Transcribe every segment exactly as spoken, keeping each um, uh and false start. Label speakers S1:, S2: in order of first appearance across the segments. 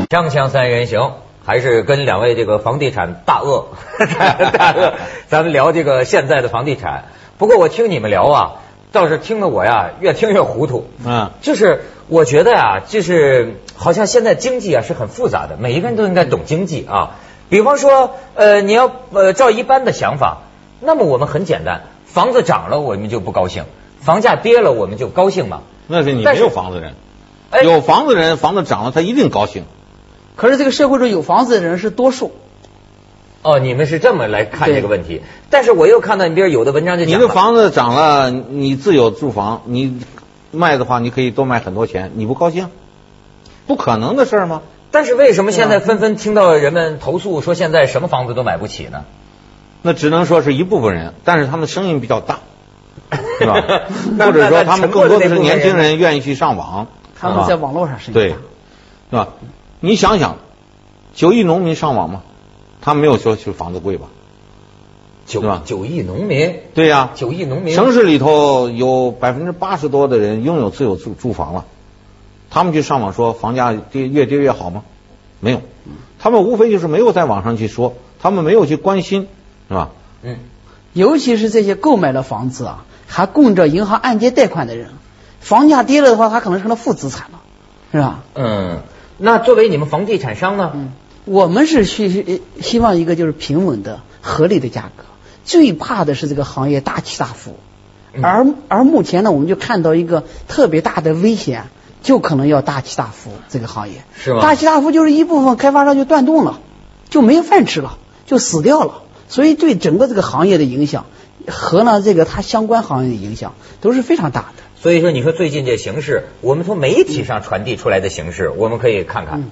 S1: 锵锵三人行，还是跟两位这个房地产大鳄大鳄，咱们聊这个现在的房地产。不过我听你们聊啊，倒是听得我呀越听越糊涂。嗯，就是我觉得呀，就是好像现在经济啊是很复杂的，每一个人都应该懂经济啊。比方说，呃，你要呃照一般的想法，那么我们很简单，房子涨了我们就不高兴，房价跌了我们就高兴嘛。
S2: 那是你没有房子人，有房子人房子涨了他一定高兴。
S3: 可是这个社会中有房子的人是多数。
S1: 哦，你们是这么来看这个问题。但是我又看到你比如有的文章就讲，
S2: 你的房子涨了，你自有住房，你卖的话你可以多卖很多钱，你不高兴？不可能的事吗？
S1: 但是为什么现在纷纷听到人们投诉说现在什么房子都买不起呢？
S2: 那只能说是一部分人，但是他们声音比较大，是吧？或者说他们更多的是年轻人愿意去上网，
S3: 他们在网络上声音大，
S2: 对，是吧？你想想，九亿农民上网吗？他没有说去房子贵吧？
S1: 九九亿农民，
S2: 对呀、啊，
S1: 九亿农民，
S2: 城市里头有百分之八十多的人拥有自有住住房了，他们去上网说房价跌越跌越好吗？没有，他们无非就是没有在网上去说，他们没有去关心，是吧？
S3: 嗯，尤其是这些购买了房子啊，还供着银行按揭贷款的人，房价跌了的话，他可能成了负资产了，是吧？
S1: 嗯，那作为你们房地产商呢？
S3: 嗯，我们是希希望一个就是平稳的、合理的价格。最怕的是这个行业大起大伏，而而目前呢，我们就看到一个特别大的危险，就可能要大起大伏这个行业。
S1: 是吗？
S3: 大起大伏就是一部分开发商就断供了，就没有饭吃了，就死掉了。所以对整个这个行业的影响和呢这个它相关行业的影响都是非常大的。
S1: 所以说，你说最近这形势，我们从媒体上传递出来的形势，我们可以看看。嗯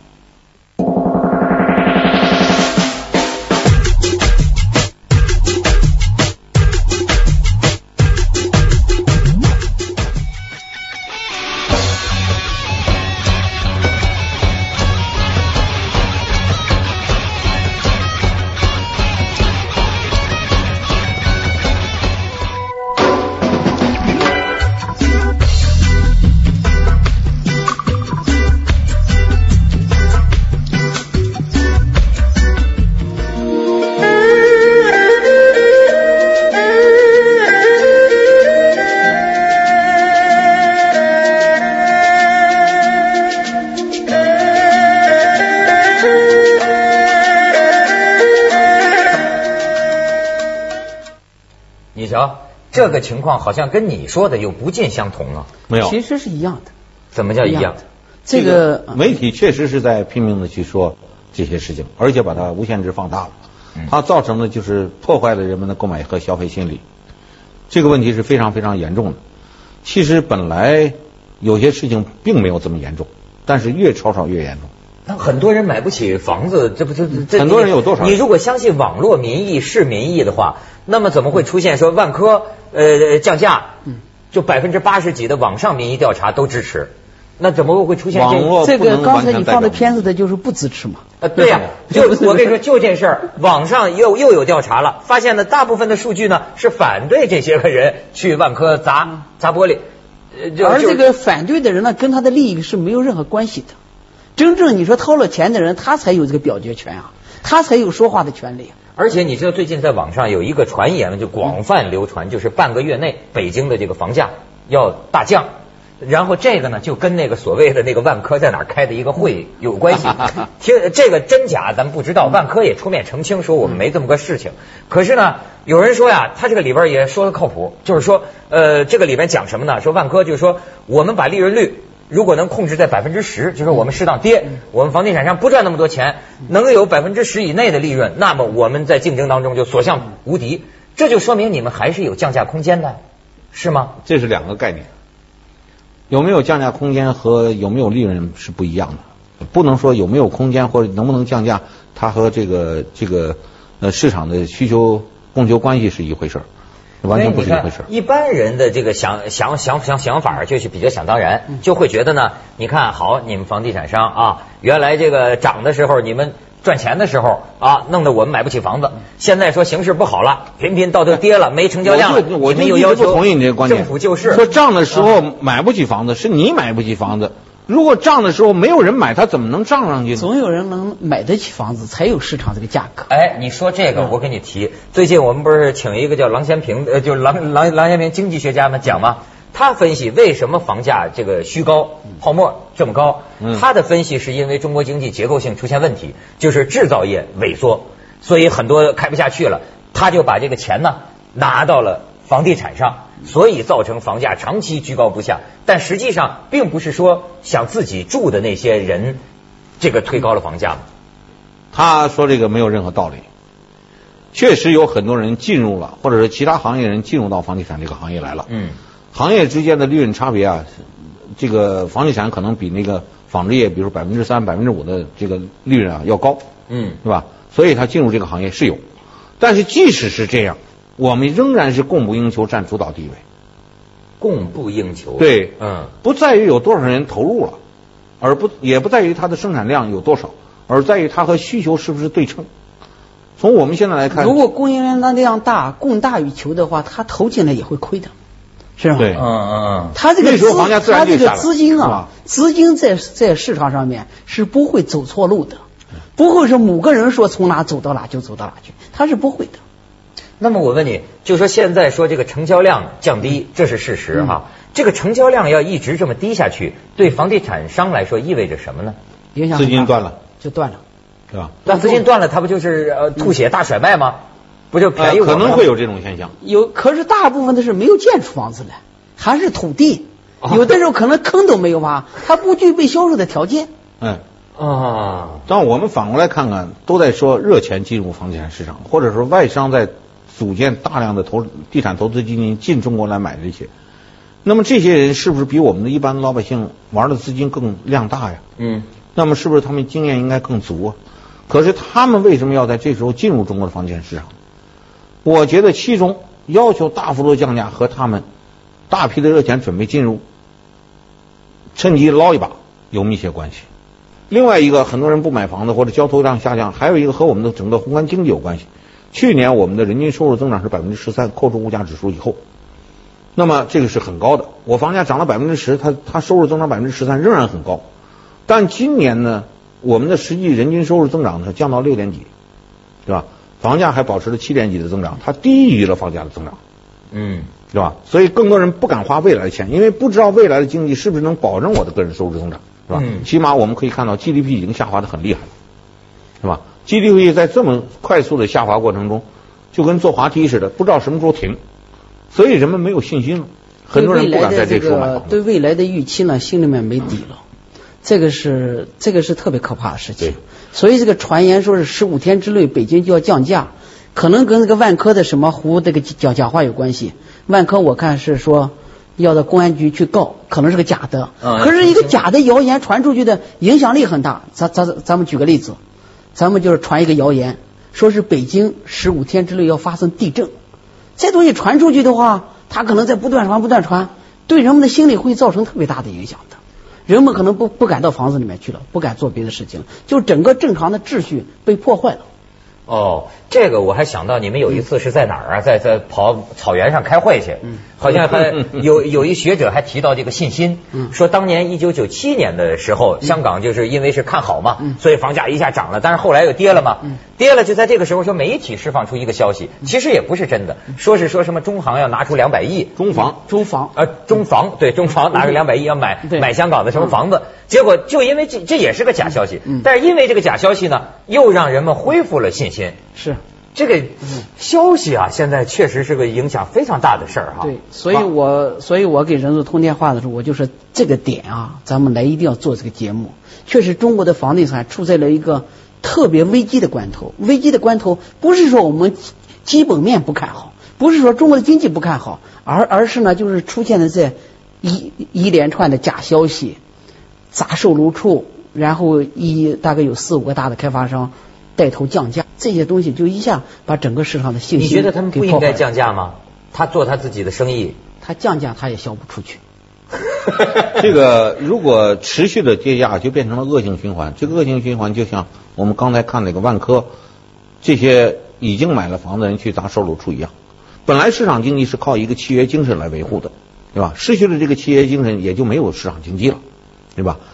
S1: 这个情况好像跟你说的又不尽相同啊。
S2: 没有，
S3: 其实是一样的。
S1: 怎么叫一样的？
S3: 这个
S2: 媒体确实是在拼命的去说这些事情，而且把它无限制放大了。它造成的就是破坏了人们的购买和消费心理。这个问题是非常非常严重的。其实本来有些事情并没有这么严重，但是越吵吵越严重。
S1: 那很多人买不起房子，这不就这？
S2: 很多人有多少人？
S1: 你如果相信网络民意是民意的话，那么怎么会出现说万科呃降价？就百分之八十几的网上民意调查都支持，那怎么会出现这
S3: 这个？刚才你放的片子的就是不支持嘛？
S1: 呃，对呀、啊，就我跟你说，就这事儿，网上又又有调查了，发现呢，大部分的数据呢是反对这些个人去万科砸砸玻璃，
S3: 呃，而这个反对的人呢，跟他的利益是没有任何关系的。真正你说掏了钱的人，他才有这个表决权啊，他才有说话的权利。
S1: 而且你知道最近在网上有一个传言就广泛流传，就是半个月内北京的这个房价要大降，然后这个呢就跟那个所谓的那个万科在哪儿开的一个会有关系。听这个真假咱不知道，万科也出面澄清说我们没这么个事情。可是呢，有人说呀，他这个里边也说的靠谱，就是说呃这个里边讲什么呢？说万科就是说我们把利润率如果能控制在百分之十，就是我们适当跌，我们房地产商不赚那么多钱，能有百分之十以内的利润，那么我们在竞争当中就所向无敌。这就说明你们还是有降价空间的，是吗？
S2: 这是两个概念，有没有降价空间和有没有利润是不一样的。不能说有没有空间或者能不能降价，它和这个这个呃市场的需求供求关系是一回事儿。完全不是一回事。
S1: 一般人的这个想想想想想法就是比较想当然，就会觉得呢，你看好你们房地产商啊，原来这个涨的时候你们赚钱的时候啊，弄得我们买不起房子，现在说形势不好了，频频到头跌了，没成交量了，你们又要求
S2: 不同意你这个观点，
S1: 政府救市。
S2: 说涨的时候买不起房子，是你买不起房子， 如果涨的时候没有人买，它怎么能涨上去呢？
S3: 总有人能买得起房子，才有市场这个价格。
S1: 哎，你说这个，我给你提。最近我们不是请一个叫郎咸平，呃，就是郎郎郎咸平经济学家们讲吗？他分析为什么房价这个虚高、泡沫这么高。他的分析是因为中国经济结构性出现问题，就是制造业萎缩，所以很多开不下去了。他就把这个钱呢拿到了房地产上，所以造成房价长期居高不下。但实际上并不是说想自己住的那些人这个推高了房价嘛。
S2: 他说这个没有任何道理。确实有很多人进入了，或者是其他行业人进入到房地产这个行业来了。嗯，行业之间的利润差别啊，这个房地产可能比那个纺织业，比如说百分之三、百分之五的这个利润啊要高。嗯，是吧？所以他进入这个行业是有。但是即使是这样，我们仍然是供不应求占主导地位。
S1: 供不应求。
S2: 对，嗯，不在于有多少人投入了，而不也不在于它的生产量有多少，而在于它和需求是不是对称。从我们现在来看，
S3: 如果供应量的量大，供大于求的话，它投进来也会亏的，是吧？
S2: 对，
S1: 嗯嗯嗯。
S3: 它这个资，它这个资金
S2: 啊，
S3: 资金在在市场上面是不会走错路的，不会是某个人说从哪走到哪就走到哪去，它是不会的。
S1: 那么我问你，就说现在说这个成交量降低，这是事实哈。嗯、这个成交量要一直这么低下去，对房地产商来说意味着什么呢？
S3: 影响
S2: 资金断了，
S3: 就断了，
S2: 对吧？
S1: 那资金断了，它不就是呃吐血大甩卖吗？嗯、不就便宜我们、
S2: 呃？可能会有这种现象。
S3: 有，可是大部分的是没有建出房子来，还是土地。哦、有的时候可能坑都没有挖，它不具备销售的条件。
S2: 嗯。啊，当我们反过来看看，都在说热钱进入房地产市场，或者说外商在组建大量的投地产投资基金进中国来买这些，那么这些人是不是比我们的一般老百姓玩的资金更量大呀？嗯，那么是不是他们经验应该更足啊？可是他们为什么要在这时候进入中国的房地产市场？我觉得其中要求大幅度降价和他们大批的热钱准备进入，趁机捞一把有密切关系。另外一个，很多人不买房子或者交投量下降，还有一个和我们的整个宏观经济有关系。去年我们的人均收入增长是百分之十三，扣除物价指数以后，那么这个是很高的。我房价涨了百分之十，它它收入增长百分之十三，仍然很高。但今年呢，我们的实际人均收入增长呢降到六点几，对吧？房价还保持了七点几的增长，它低于了房价的增长，嗯，对吧？所以更多人不敢花未来的钱，因为不知道未来的经济是不是能保证我的个人收入增长，是吧？嗯，起码我们可以看到 G D P 已经下滑的很厉害了，是吧？G D P 在这么快速的下滑过程中，就跟坐滑梯似的，不知道什么时候停，所以人们没有信心了，很多人不敢在这时候买房子。
S3: 对未来的预期呢，心里面没底了，这个是这个是特别可怕的事情。所以这个传言说是十五天之内北京就要降价，可能跟这个万科的什么湖这个讲讲话有关系。万科我看是说要到公安局去告，可能是个假的，嗯、可是一个假的谣言传出去的影响力很大。咱咱咱们举个例子。咱们就是传一个谣言，说是北京十五天之内要发生地震，这东西传出去的话，它可能在不断传不断传，对人们的心理会造成特别大的影响的。人们可能不不敢到房子里面去了，不敢做别的事情了，就整个正常的秩序被破坏了。
S1: 哦，这个我还想到你们有一次是在哪儿啊？在在跑草原上开会去，好像还有有一学者还提到这个信心，说当年一九九七年的时候，香港就是因为是看好嘛，所以房价一下涨了，但是后来又跌了嘛，跌了就在这个时候说媒体释放出一个消息，其实也不是真的，说是说什么中行要拿出两百亿，
S2: 中房
S3: 中房
S1: 呃中房对中房拿出两百亿要买买香港的什么房子，结果就因为这这也是个假消息，但是因为这个假消息呢，又让人们恢复了信心。
S3: 是
S1: 这个消息啊，现在确实是个影响非常大的事儿哈。
S3: 对，所以我所以我给人族通电话的时候，我就说这个点啊，咱们来一定要做这个节目。确实，中国的房地产处在了一个特别危机的关头。危机的关头不是说我们基本面不看好，不是说中国的经济不看好，而而是呢，就是出现了这一一连串的假消息，砸售楼处，然后一大概有四五个大的开发商带头降价，这些东西就一下把整个市场的信心。
S1: 你觉得他们不应该降价吗？他做他自己的生意，
S3: 他降价他也销不出去。
S2: 这个如果持续的跌价，就变成了恶性循环。这个恶性循环就像我们刚才看那个万科，这些已经买了房的人去砸售楼处一样。本来市场经济是靠一个契约精神来维护的，对吧？失去了这个契约精神，也就没有市场经济了，对吧？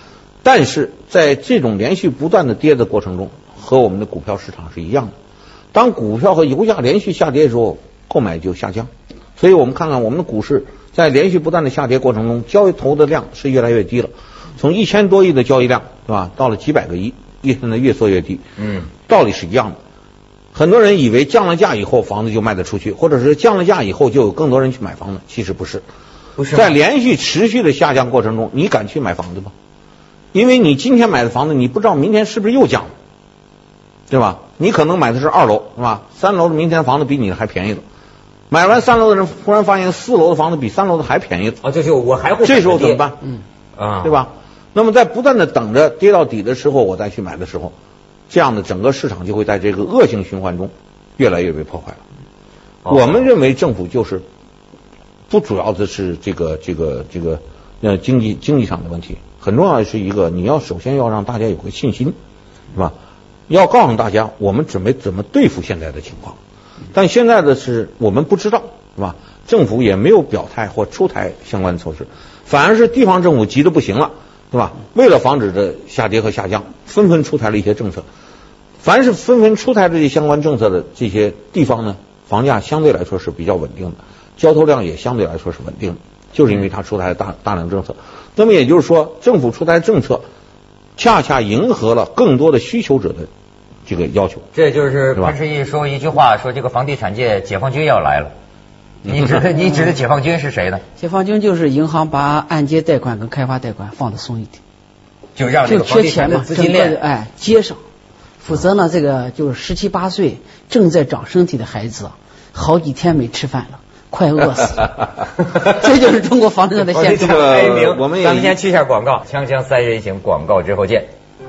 S2: 但是在这种连续不断的跌的过程中，和我们的股票市场是一样的。当股票和油价连续下跌的时候，购买就下降。所以我们看看我们的股市在连续不断的下跌过程中，交易投的量是越来越低了。从一千多亿的交易量，对吧，到了几百个亿，现在越缩越低。嗯，道理是一样的。很多人以为降了价以后房子就卖得出去，或者是降了价以后就有更多人去买房子，其实不是。不是。在连续持续的下降过程中，你敢去买房子吗？因为你今天买的房子，你不知道明天是不是又降了，对吧？你可能买的是二楼，是吧？三楼的明天房子比你的还便宜了。买完三楼的人忽然发现四楼的房子比三楼的还便宜了。
S1: 啊，这就我还会。
S2: 这时候怎么办？
S1: 嗯啊，
S2: 对吧？那么在不断的等着跌到底的时候，我再去买的时候，这样的整个市场就会在这个恶性循环中越来越被破坏了。哦、我们认为政府就是不主要的是这个这个这个呃经济经济上的问题，很重要的是一个你要首先要让大家有个信心，是吧？要告诉大家我们准备怎么对付现在的情况。但现在的是我们不知道，是吧？政府也没有表态或出台相关措施，反而是地方政府急得不行了，对吧？为了防止这下跌和下降，纷纷出台了一些政策。凡是纷纷出台这些相关政策的这些地方呢，房价相对来说是比较稳定的，交投量也相对来说是稳定的，就是因为它出台了大大量政策。那么也就是说，政府出台政策，恰恰迎合了更多的需求者的这个要求。
S1: 这就是潘石屹说一句话，说这个房地产界解放军要来了。你指的你指的解放军是谁呢？
S3: 解放军就是银行把按揭贷款跟开发贷款放得松一点，
S1: 就让这个房地产的资金链
S3: 哎接上。否则呢，这个就是十七八岁正在长身体的孩子，好几天没吃饭了，快饿死了。这就是中国房地产的现状。
S1: 开明，我们咱们先去一下广告，锵锵三人行广告之后见。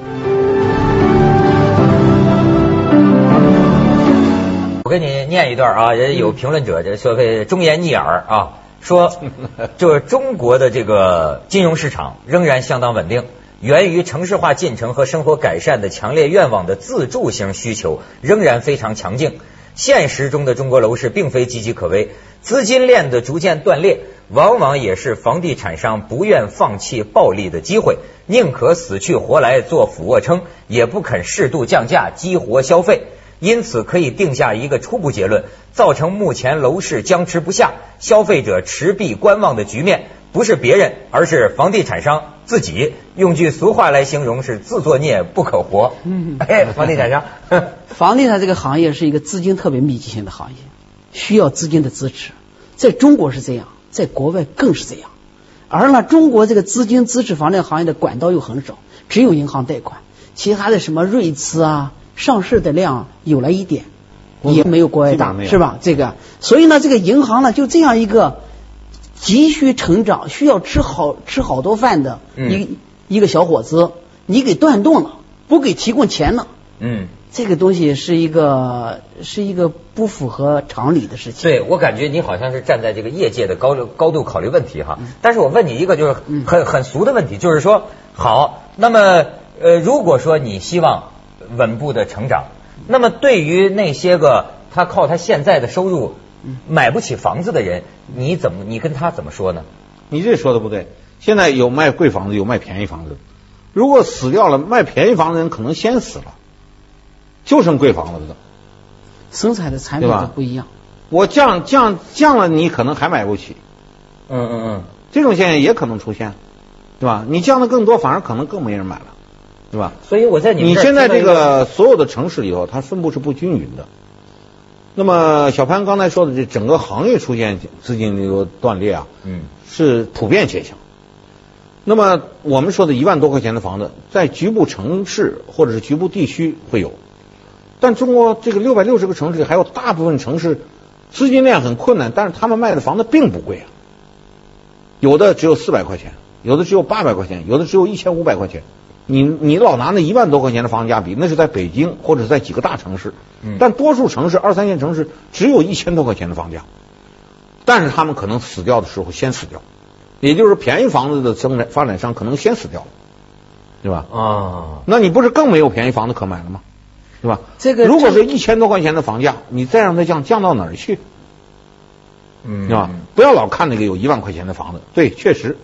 S1: 我给你念一段啊，人有评论者这所谓忠言逆耳啊，说就是中国的这个金融市场仍然相当稳定，源于城市化进程和生活改善的强烈愿望的自住型需求仍然非常强劲。现实中的中国楼市并非岌岌可危，资金链的逐渐断裂往往也是房地产商不愿放弃暴利的机会，宁可死去活来做俯卧撑，也不肯适度降价激活消费。因此可以定下一个初步结论，造成目前楼市僵持不下，消费者持币观望的局面，不是别人，而是房地产商自己。用句俗话来形容，是自作孽不可活。嗯，哎，房地产商，
S3: 房地产这个行业是一个资金特别密集型的行业，需要资金的支持。在中国是这样，在国外更是这样。而呢，中国这个资金支持房地产行业的管道又很少，只有银行贷款，其他的什么瑞资啊。上市的量有了一点，也没有国外大，是吧？这个，所以呢，这个银行呢，就这样一个急需成长、需要吃好吃好多饭的一、嗯、一个小伙子，你给断动了，不给提供钱了，嗯，这个东西是一个是一个不符合常理的事情。
S1: 对，我感觉你好像是站在这个业界的高高度考虑问题哈。嗯、但是我问你一个就是很很俗的问题，就是说，好，那么呃，如果说你希望稳步的成长，那么对于那些个他靠他现在的收入买不起房子的人，你怎么你跟他怎么说呢？
S2: 你这说的不对，现在有卖贵房子有卖便宜房子，如果死掉了，卖便宜房子的人可能先死了，就剩贵房子的，
S3: 生产的产品都不一样。
S2: 我降降降了，你可能还买不起。
S1: 嗯嗯嗯，
S2: 这种现象也可能出现，对吧？你降的更多，反而可能更没人买了。对吧？
S1: 所以我在你
S2: 你现在这个所有的城市里头，它分布是不均匀的。那么小潘刚才说的这整个行业出现资金流断裂啊，嗯，是普遍现象。那么我们说的一万多块钱的房子，在局部城市或者是局部地区会有，但中国这个六百六十个城市里，还有大部分城市资金链很困难，但是他们卖的房子并不贵啊，有的只有四百块钱，有的只有八百块钱，有的只有一千五百块钱。你你老拿那一万多块钱的房价比，那是在北京或者在几个大城市，嗯，但多数城市二三线城市只有一千多块钱的房价，但是他们可能死掉的时候先死掉，也就是便宜房子的生产发展商可能先死掉了，对吧？啊，那你不是更没有便宜房子可买了吗？对吧？这个如果是一千多块钱的房价，你再让它降降到哪儿去？嗯，对吧？不要老看那个有一万块钱的房子，对，确实。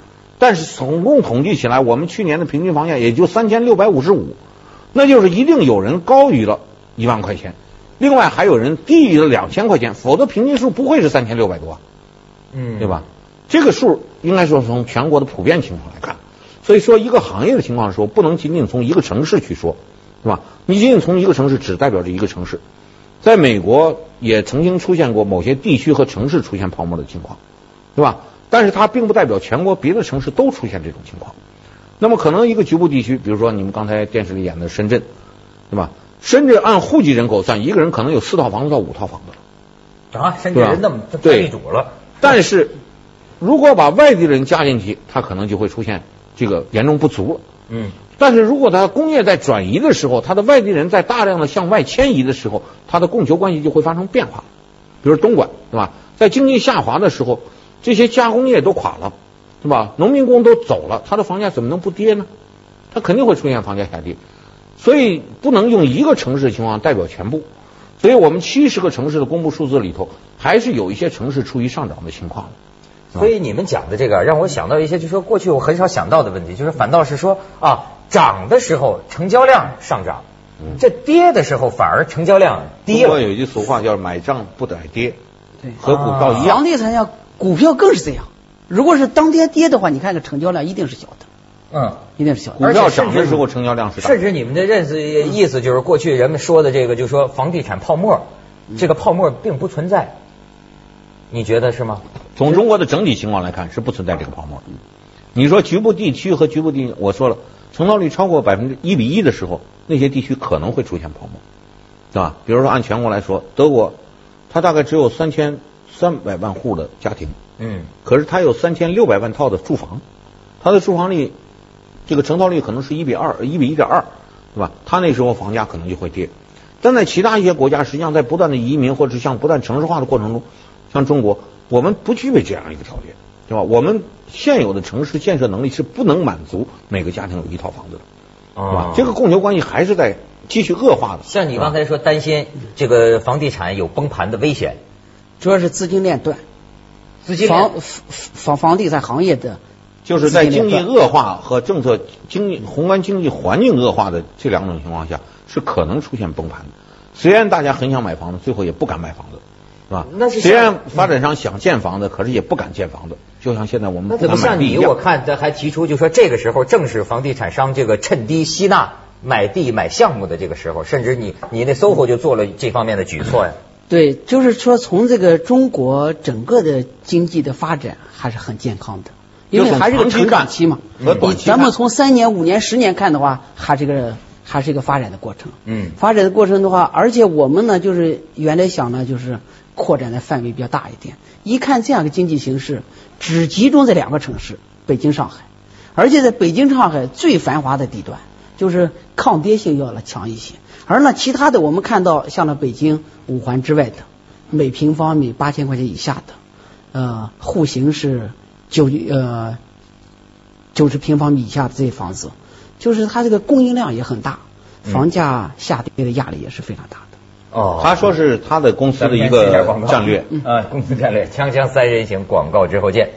S2: 但是总共统计起来，我们去年的平均房价也就三千六百五十五，那就是一定有人高于了一万块钱，另外还有人低于了两千块钱，否则平均数不会是三千六百多，
S1: 嗯，
S2: 对吧？这个数应该说从全国的普遍情况来看，所以说一个行业的情况的时候，不能仅仅从一个城市去说，是吧？你仅仅从一个城市只代表着一个城市，在美国也曾经出现过某些地区和城市出现泡沫的情况，对吧？但是它并不代表全国别的城市都出现这种情况。那么可能一个局部地区，比如说你们刚才电视里演的深圳，对吧？深圳按户籍人口算，一个人可能有四套房子到五套房子
S1: 了啊，深圳人那么占地主了。
S2: 但是如果把外地人加进去，它可能就会出现这个严重不足了。
S1: 嗯。
S2: 但是如果它工业在转移的时候，它的外地人在大量的向外迁移的时候，它的供求关系就会发生变化。比如东莞，对吧？在经济下滑的时候，这些加工业都垮了，对吧？农民工都走了，它的房价怎么能不跌呢？它肯定会出现房价下跌。所以不能用一个城市的情况代表全部。所以我们七十个城市的公布数字里头，还是有一些城市处于上涨的情况。
S1: 所以你们讲的这个让我想到一些，就是说过去我很少想到的问题，就是反倒是说啊，涨的时候成交量上涨，嗯、这跌的时候反而成交量低了。
S2: 中国有一句俗话叫买涨不买跌，
S3: 对，
S2: 和股票一样。
S3: 房地产要股票更是这样，如果是当天跌的话，你看这成交量一定是小的。
S1: 嗯，
S3: 一定是小的。
S2: 股票涨的时候成交量是大。
S1: 甚至你们的认识意思就是过去人们说的这个，就是说房地产泡沫，嗯、这个泡沫并不存在。你觉得是吗？
S2: 从中国的整体情况来看，是不存在这个泡沫的。你说局部地区和局部地，我说了，成交率超过百分之一比一的时候，那些地区可能会出现泡沫，是吧？比如说按全国来说，德国它大概只有三千三百万户的家庭，
S1: 嗯，
S2: 可是它有三千六百万套的住房，它的住房率这个成交率可能是一比二，一比一点二，对吧？它那时候房价可能就会跌。但在其他一些国家，实际上在不断的移民或者向不断城市化的过程中，像中国，我们不具备这样一个条件，对吧？我们现有的城市建设能力是不能满足每个家庭有一套房子的，是吧？这个供求关系还是在继续恶化的。
S1: 像你刚才说担心这个房地产有崩盘的危险，
S3: 主要是资金链断，
S1: 资金
S3: 房房房地产行业的，
S2: 就是在经济恶化和政策经济宏观经济环境恶化的这两种情况下，是可能出现崩盘的。虽然大家很想买房子，最后也不敢买房子。是吧？
S1: 那是
S2: 虽然发展商想建房子，可是也不敢建房子，就像现在我们
S1: 不敢买地一样。我看他还提出，就说这个时候正是房地产商这个趁低吸纳买地买项目的这个时候，甚至你你那 S O H O 就做了这方面的举措呀。
S3: 对，就是说从这个中国整个的经济的发展还是很健康的，因为还是个成长期嘛。
S2: 和短期
S3: 咱们从三年、五年、十年看的话，还是个还是一个发展的过程。
S1: 嗯，
S3: 发展的过程的话，而且我们呢，就是原来想呢，就是扩展的范围比较大一点。一看这样的经济形势，只集中在两个城市，北京、上海，而且在北京、上海最繁华的地段，就是抗跌性要强一些。而呢，其他的我们看到，像那北京五环之外的，每平方米八千块钱以下的，呃，户型是九呃九十平方米以下的这些房子，就是它这个供应量也很大，房价下跌的压力也是非常大的。
S1: 哦，
S2: 他说是他的公司的一个战略
S1: 啊，公司战略。锵锵三人行，广告之后见。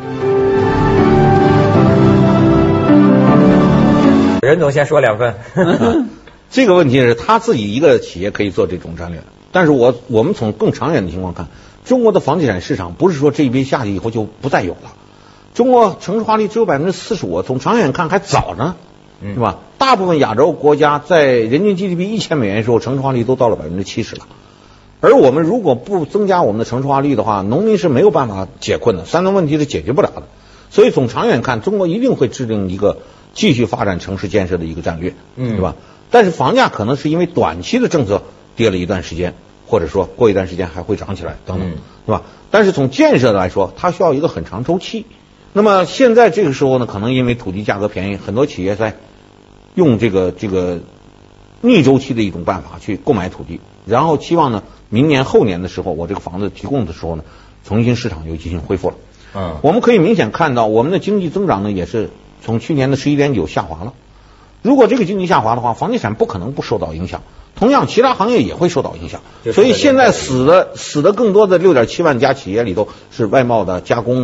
S1: 任总先说两分。
S2: 这个问题是他自己一个企业可以做这种战略，但是我我们从更长远的情况看，中国的房地产市场不是说这一波下去以后就不再有了。中国城市化率只有百分之四十五，从长远看还早呢。是吧？大部分亚洲国家在人均 G D P 一千美元的时候，城市化率都到了百分之七十了。而我们如果不增加我们的城市化率的话，农民是没有办法解困的，三农问题是解决不了的。所以从长远看，中国一定会制定一个继续发展城市建设的一个战略，嗯，对吧？但是房价可能是因为短期的政策跌了一段时间，或者说过一段时间还会涨起来等等，对吧？但是从建设来说，它需要一个很长周期。那么现在这个时候呢，可能因为土地价格便宜，很多企业在用这个这个逆周期的一种办法去购买土地，然后期望呢，明年后年的时候，我这个房子提供的时候呢，重新市场又进行恢复了。嗯，我们可以明显看到，我们的经济增长呢，也是从去年的十一点九下滑了。如果这个经济下滑的话，房地产不可能不受到影响，同样其他行业也会受到影响。所以现在死的死的更多的六点七万家企业里头，是外贸的、加工的、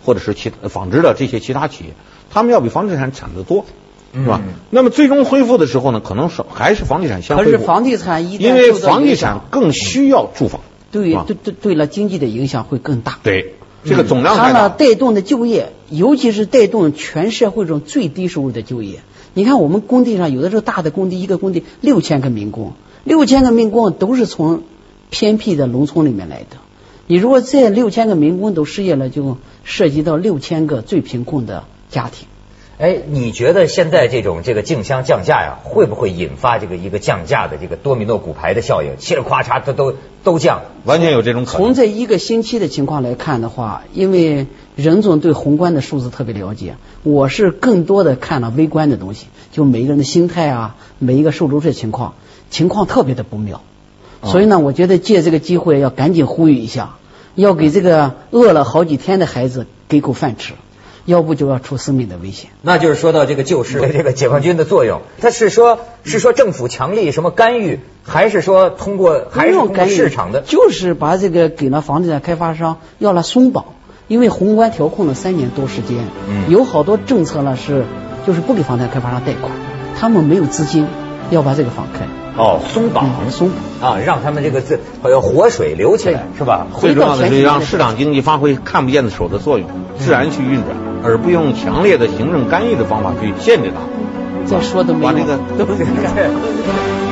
S2: 或者是其纺织的这些其他企业，他们要比房地产产得多。是吧？
S1: 嗯、
S2: 那么最终恢复的时候呢，可能是还是房地产先恢复。
S3: 可是房地产一旦
S2: 因为房地产更需要住房，
S3: 对对对对了，经济的影响会更大。
S2: 对，这个总量太大。
S3: 它呢带动的就业，尤其是带动全社会中最低收入的就业。你看我们工地上有的时候大的工地，一个工地六千个民工，六千个民工都是从偏僻的农村里面来的。你如果这六千个民工都失业了，就涉及到六千个最贫困的家庭。
S1: 哎，你觉得现在这种这个竞相降价呀，会不会引发这个一个降价的这个多米诺骨牌的效应？嘁哩咔嚓，它都都降，
S2: 完全有这种可能。
S3: 从这一个星期的情况来看的话，因为任总对宏观的数字特别了解，我是更多的看了微观的东西，就每一个人的心态啊，每一个受助者情况，情况特别的不妙。所以呢，我觉得借这个机会要赶紧呼吁一下，要给这个饿了好几天的孩子给口饭吃。要不就要出生命的危险。
S1: 那就是说到这个救市的这个解放军的作用，他是说是说政府强力什么干预，还是说通过还是通过市场的？
S3: 就是把这个给了房地产开发商要了松绑，因为宏观调控了三年多时间，嗯，有好多政策呢是就是不给房地产开发商贷款，他们没有资金要把这个放开。
S1: 哦，松绑，
S3: 嗯、松
S1: 绑啊，让他们这个这好像活水流起来，是吧？
S2: 最重要的是让市场经济发挥看不见的手的作用，自然去运转。而不用强烈的行政干预的方法去限制它。
S3: 再说都没有。
S2: 把这个
S3: 都